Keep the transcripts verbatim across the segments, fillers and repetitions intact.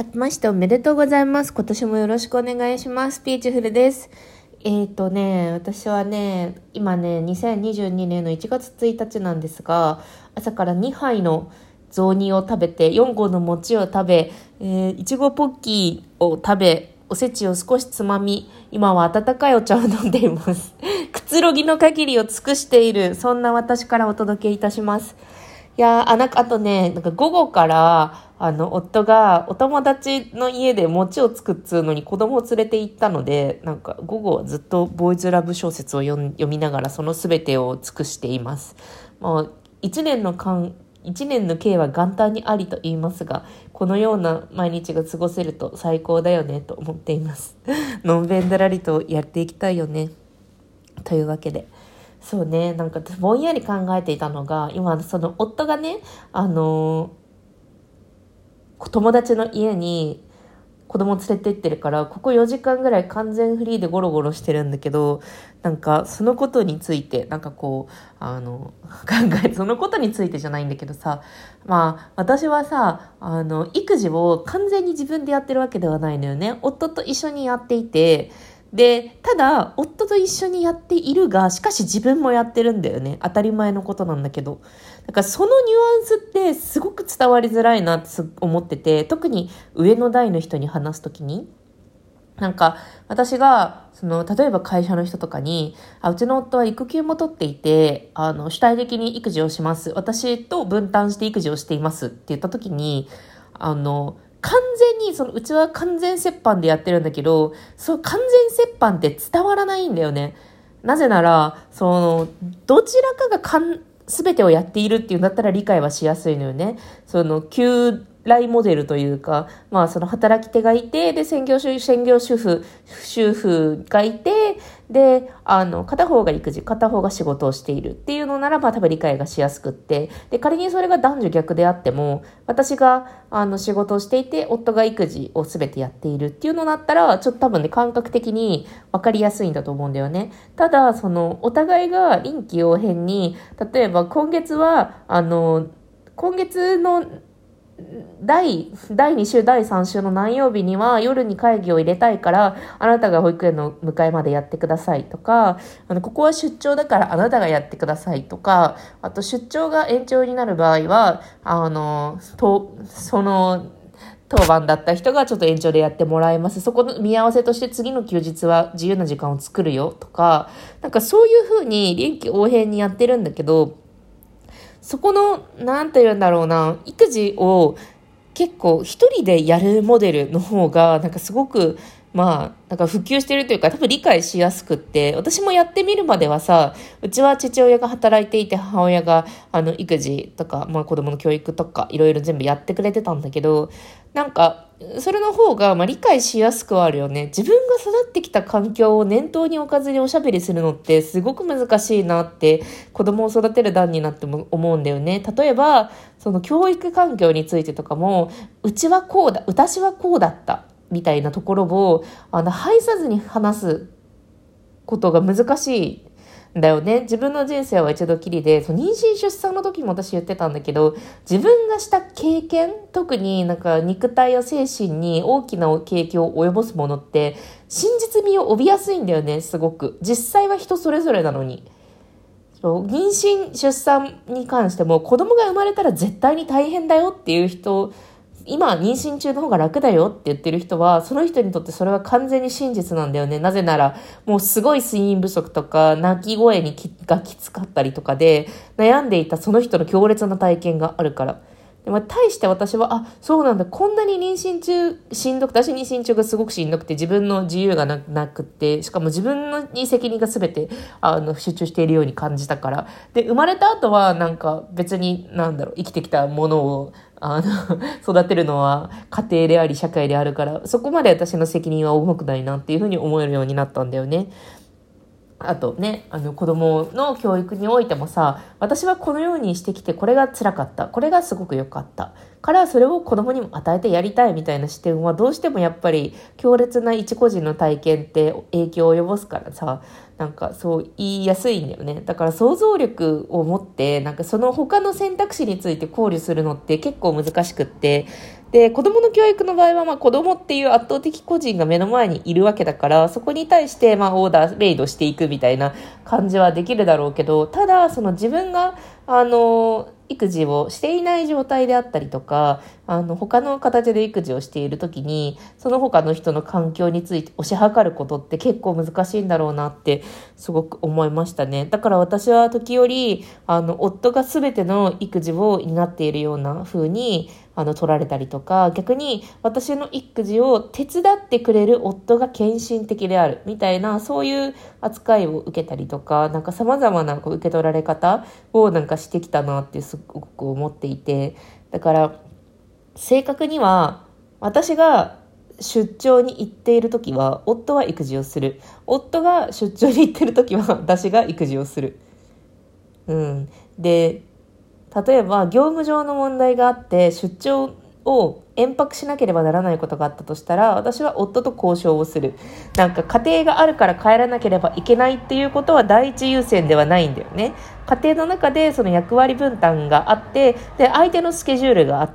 明けましておめでとうございます。今年もよろしくお願いします。ピーチフルです。えーとね、私はね、今ね、にせんにじゅうにねんのいちがつついたちなんですが、朝からにはいの雑煮を食べて、よんごうの餅を食べ、えー、いちごポッキーを食べ、おせちを少しつまみ、今は温かいお茶を飲んでいます。くつろぎの限りを尽くしている、そんな私からお届けいたします。いやあ、なんかあとね、なんか午後から、あの、夫がお友達の家で餅をつくっつうのに子供を連れて行ったので、なんか午後はずっとボーイズラブ小説を読ん読みながらそのすべてを尽くしています。もう一年の間、一年の計は元旦にありと言いますが、このような毎日が過ごせると最高だよねと思っています。のんべんだらりとやっていきたいよね。というわけで。そうね、なんかぼんやり考えていたのが、今その夫がね、あのー、友達の家に子供連れて行ってるから、ここよじかんぐらい完全フリーでゴロゴロしてるんだけど、なんかそのことについて、なんかこう、あの、考え、そのことについてじゃないんだけどさ、まあ私はさ、あの、育児を完全に自分でやってるわけではないのよね。夫と一緒にやっていて、で、ただ、夫と一緒にやっているが、しかし自分もやってるんだよね。当たり前のことなんだけど。だからそのニュアンスってすごく伝わりづらいなって思ってて、特に上の代の人に話すときに、なんか私が、その、例えば会社の人とかに、あ、うちの夫は育休も取っていて、あの、主体的に育児をします。私と分担して育児をしていますって言ったときに、あの、完全に、その、うちは完全折半でやってるんだけど、そう、完全折半って伝わらないんだよね。なぜなら、その、どちらかがかん、すべてをやっているっていうんだったら理解はしやすいのよね。その、旧来モデルというか、まあその働き手がいて、で、専業主、専業主婦、主婦がいて、で、あの、片方が育児、片方が仕事をしているっていうのならば多分理解がしやすくって、で、仮にそれが男女逆であっても、私が、あの、仕事をしていて、夫が育児をすべてやっているっていうのだったら、ちょっと多分ね、感覚的に分かりやすいんだと思うんだよね。ただ、その、お互いが臨機応変に、例えば今月は、あの、今月の第、第に週、だいさん週の何曜日には夜に会議を入れたいから、あなたが保育園の迎えまでやってくださいとか、あの、ここは出張だからあなたがやってくださいとか、あと出張が延長になる場合は、あの、と、その、当番だった人がちょっと延長でやってもらいます。そこの見合わせとして次の休日は自由な時間を作るよとか、なんかそういうふうに臨機応変にやってるんだけど、そこの、なんて言うんだろうな、育児を結構一人でやるモデルの方が、なんかすごく、まあ、なんか普及してるというか、多分理解しやすくって、私もやってみるまではさ、うちは父親が働いていて、母親が、あの、育児とか、まあ子供の教育とか、いろいろ全部やってくれてたんだけど、なんか、それの方が、まあ理解しやすくはあるよね。自分が育ってきた環境を念頭に置かずにおしゃべりするのってすごく難しいなって、子供を育てる段になっても思うんだよね。例えば、その教育環境についてとかも、うちはこうだ、私はこうだった。みたいなところを、あの、排さずに話すことが難しいんだよね。自分の人生は一度きりで、その妊娠出産の時も私言ってたんだけど、自分がした経験、特になんか肉体や精神に大きな影響を及ぼすものって、真実味を帯びやすいんだよね、すごく。実際は人それぞれなのに。そう妊娠、出産に関しても、子供が生まれたら絶対に大変だよっていう人、今妊娠中の方が楽だよって言ってる人は、その人にとってそれは完全に真実なんだよね。なぜなら、もうすごい睡眠不足とか、泣き声にきがきつかったりとかで、悩んでいたその人の強烈な体験があるから。でも、対して私は、あ、そうなんだ、こんなに妊娠中、しんどく、私妊娠中がすごくしんどくて、自分の自由がななくて、しかも自分のに責任がすべて、あの、集中しているように感じたから。で、生まれた後は、なんか、別に、なんだろう、生きてきたものを、あの、育てるのは家庭であり、社会であるから、そこまで私の責任は重くないなっていうふうに思えるようになったんだよね。あとね、あの子供の教育においてもさ、私はこのようにしてきてこれが辛かった。これがすごく良かった。からそれを子供にも与えてやりたいみたいな視点はどうしてもやっぱり強烈な一個人の体験って影響を及ぼすからさ、なんかそう言いやすいんだよね。だから想像力を持って、なんかその他の選択肢について考慮するのって結構難しくって、 で、子供の教育の場合は、まあ子供っていう圧倒的個人が目の前にいるわけだから、そこに対して、まあオーダーメイドしていくみたいな感じはできるだろうけど、ただ、その自分が、あの、育児をしていない状態であったりとか、あの、他の形で育児をしているときに、その他の人の環境について推し量ることって結構難しいんだろうなってすごく思いましたね。だから私は時折、あの、夫が全ての育児を担っているような風に、あの、取られたりとか、逆に私の育児を手伝ってくれる夫が献身的であるみたいな、そういう扱いを受けたりとか、なんか様々なこう受け取られ方をなんかしてきたなってすごく思っていて、だから正確には私が出張に行っているときは夫は育児をする、夫が出張に行っているときは私が育児をする。うん。で、例えば業務上の問題があって出張を延泊しなければならないことがあったとしたら、私は夫と交渉をする。なんか家庭があるから帰らなければいけないっていうことは第一優先ではないんだよね。家庭の中でその役割分担があって、で相手のスケジュールがあって、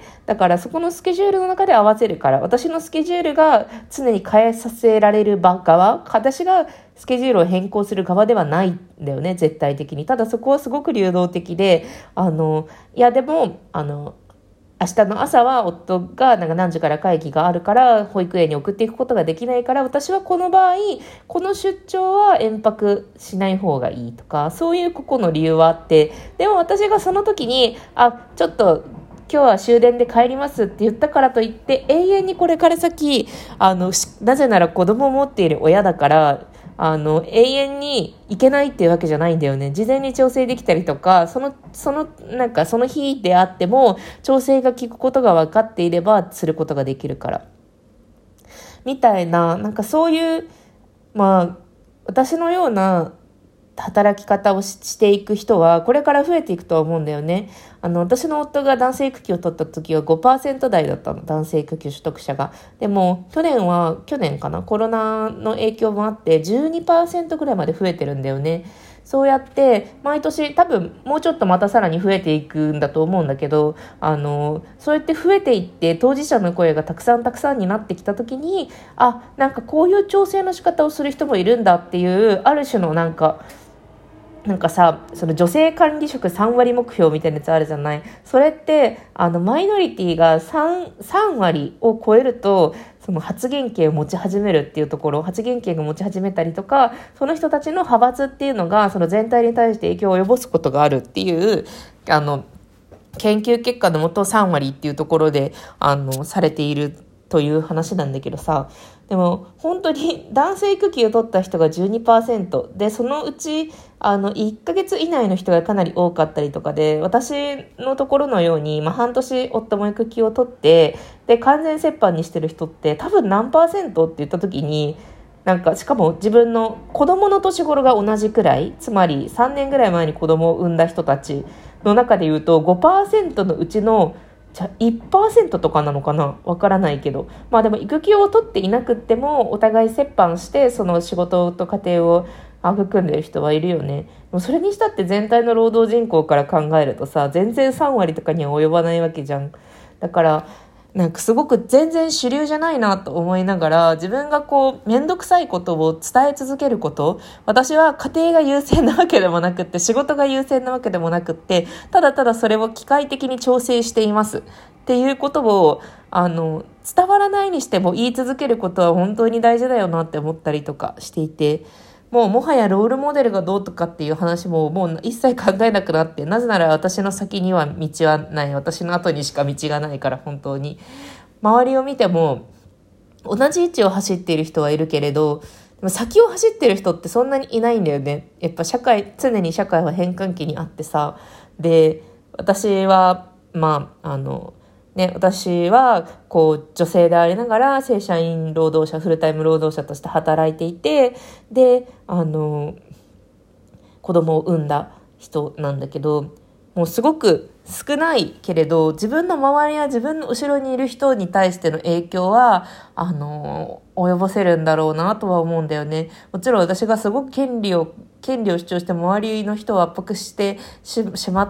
だからそこのスケジュールの中で合わせるから、私のスケジュールが常に変えさせられる側、私がスケジュールを変更する側ではないんだよね、絶対的に。ただそこはすごく流動的で、あのいやでもあの明日の朝は夫がなんか何時から会議があるから保育園に送っていくことができないから、私はこの場合この出張は延泊しない方がいいとか、そういう個々の理由はあって、でも私がその時にあちょっと今日は終電で帰りますって言ったからといって永遠にこれから先あのなぜなら子供を持っている親だからあの永遠に行けないっていうわけじゃないんだよね。事前に調整できたりとか、そのそのなんかその日であっても調整が効くことが分かっていればすることができるからみたいな、なんかそういうまあ私のような働き方を し, していく人はこれから増えていくとは思うんだよね。あの私の夫が男性育休を取った時は ごパーセント 台だったの、男性育休取得者が。でも去年は去年かなコロナの影響もあって じゅうにパーセント ぐらいまで増えてるんだよね。そうやって毎年多分もうちょっとまたさらに増えていくんだと思うんだけど、あのそうやって増えていって当事者の声がたくさんたくさんになってきた時に、あなんかこういう調整の仕方をする人もいるんだっていうある種のなんかなんかさ、その女性管理職さん割目標みたいなやつあるじゃない。それってあのマイノリティが 3, さん割を超えるとその発言権を持ち始めるっていうところ、発言権が持ち始めたりとか、その人たちの派閥っていうのがその全体に対して影響を及ぼすことがあるっていうあの研究結果のもとさん割っていうところであのされているという話なんだけどさ、でも本当に男性育休を取った人が じゅうにパーセント で、そのうちあのいっかげつ以内の人がかなり多かったりとかで、私のところのように、まあ、半年夫も育休を取ってで完全折半にしてる人って多分何パーセントって言った時に、なんかしかも自分の子供の年頃が同じくらい、つまりさんねんぐらい前に子供を産んだ人たちの中で言うと ごパーセント のうちのじゃあ いちパーセント とかなのかな、わからないけど、まあでも育休を取っていなくってもお互い折半してその仕事と家庭を育んでる人はいるよね。もうそれにしたって全体の労働人口から考えるとさ、全然さん割とかには及ばないわけじゃん。だからなんかすごく全然主流じゃないなと思いながら、自分がこう面倒くさいことを伝え続けること、私は家庭が優先なわけでもなくって仕事が優先なわけでもなくって、ただただそれを機械的に調整していますっていうことをあの伝わらないにしても言い続けることは本当に大事だよなって思ったりとかしていて、もうもはやロールモデルがどうとかっていう話ももう一切考えなくなって、なぜなら私の先には道はない、私の後にしか道がないから、本当に周りを見ても同じ位置を走っている人はいるけれど、でも先を走ってる人ってそんなにいないんだよね。やっぱ社会、常に社会は変換期にあってさ、で私はまああのね、私はこう女性でありながら正社員労働者、フルタイム労働者として働いていて、であの子供を産んだ人なんだけど、もうすごく少ないけれど自分の周りや自分の後ろにいる人に対しての影響はあの及ぼせるんだろうなとは思うんだよね。もちろん私がすごく権利を権利を主張して周りの人を圧迫してし、しまった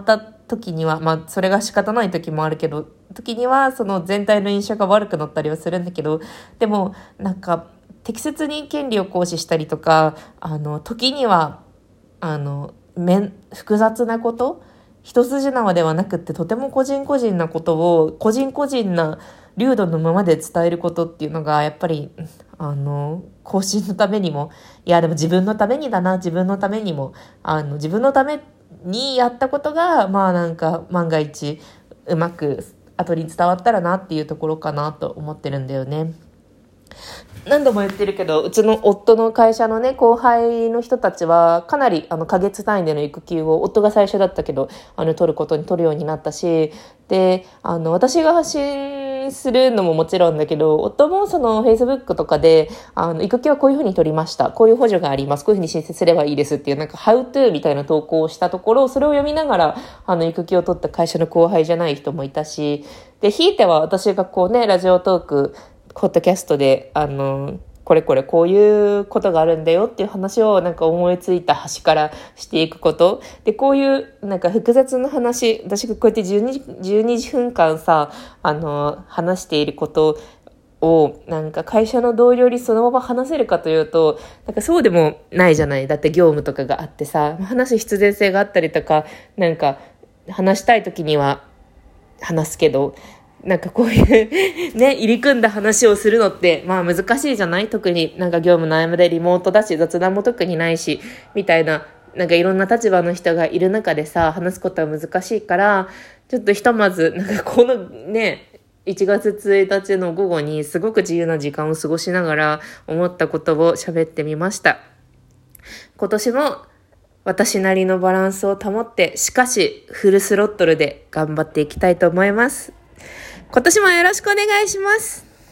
時には、まあそれが仕方ない時もあるけど、時にはその全体の印象が悪くなったりはするんだけど、でもなんか適切に権利を行使したりとか、あの時にはあのめ複雑なこと、一筋縄ではなくってとても個人個人なことを個人個人な流度のままで伝えることっていうのがやっぱりあの更新のためにも、いやでも自分のためにだな、自分のためにも、あの自分のためにやったことがまあなんか万が一うまく後に伝わったらなっていうところかなと思ってるんだよね。何度も言ってるけど、うちの夫の会社のね、後輩の人たちは、かなり、あの、ヶ月単位での育休を、夫が最初だったけど、あの、取ることに取るようになったし、で、あの、私が発信するのももちろんだけど、夫もその、Facebook とかで、あの、育休はこういうふうに取りました。こういう補助があります。こういうふうに申請すればいいですっていう、なんか、How to みたいな投稿をしたところ、それを読みながら、あの、育休を取った会社の後輩じゃない人もいたし、で、ひいては私がこうね、ラジオトーク、ポッドキャストで、あの、これこれこういうことがあるんだよっていう話をなんか思いついた端からしていくこと。で、こういうなんか複雑な話、私がこうやってじゅうに、じゅうにじふんかんさ、あの、話していることを、なんか会社の同僚にそのまま話せるかというと、なんかそうでもないじゃない。だって業務とかがあってさ、話す必然性があったりとか、なんか話したい時には話すけど、なんかこういうね、入り組んだ話をするのって、まあ難しいじゃない？特になんか業務の合間でリモートだし、雑談も特にないし、みたいな、なんかいろんな立場の人がいる中でさ、話すことは難しいから、ちょっとひとまず、なんかこのね、いちがつついたちの午後にすごく自由な時間を過ごしながら思ったことを喋ってみました。今年も私なりのバランスを保って、しかしフルスロットルで頑張っていきたいと思います。今年もよろしくお願いします。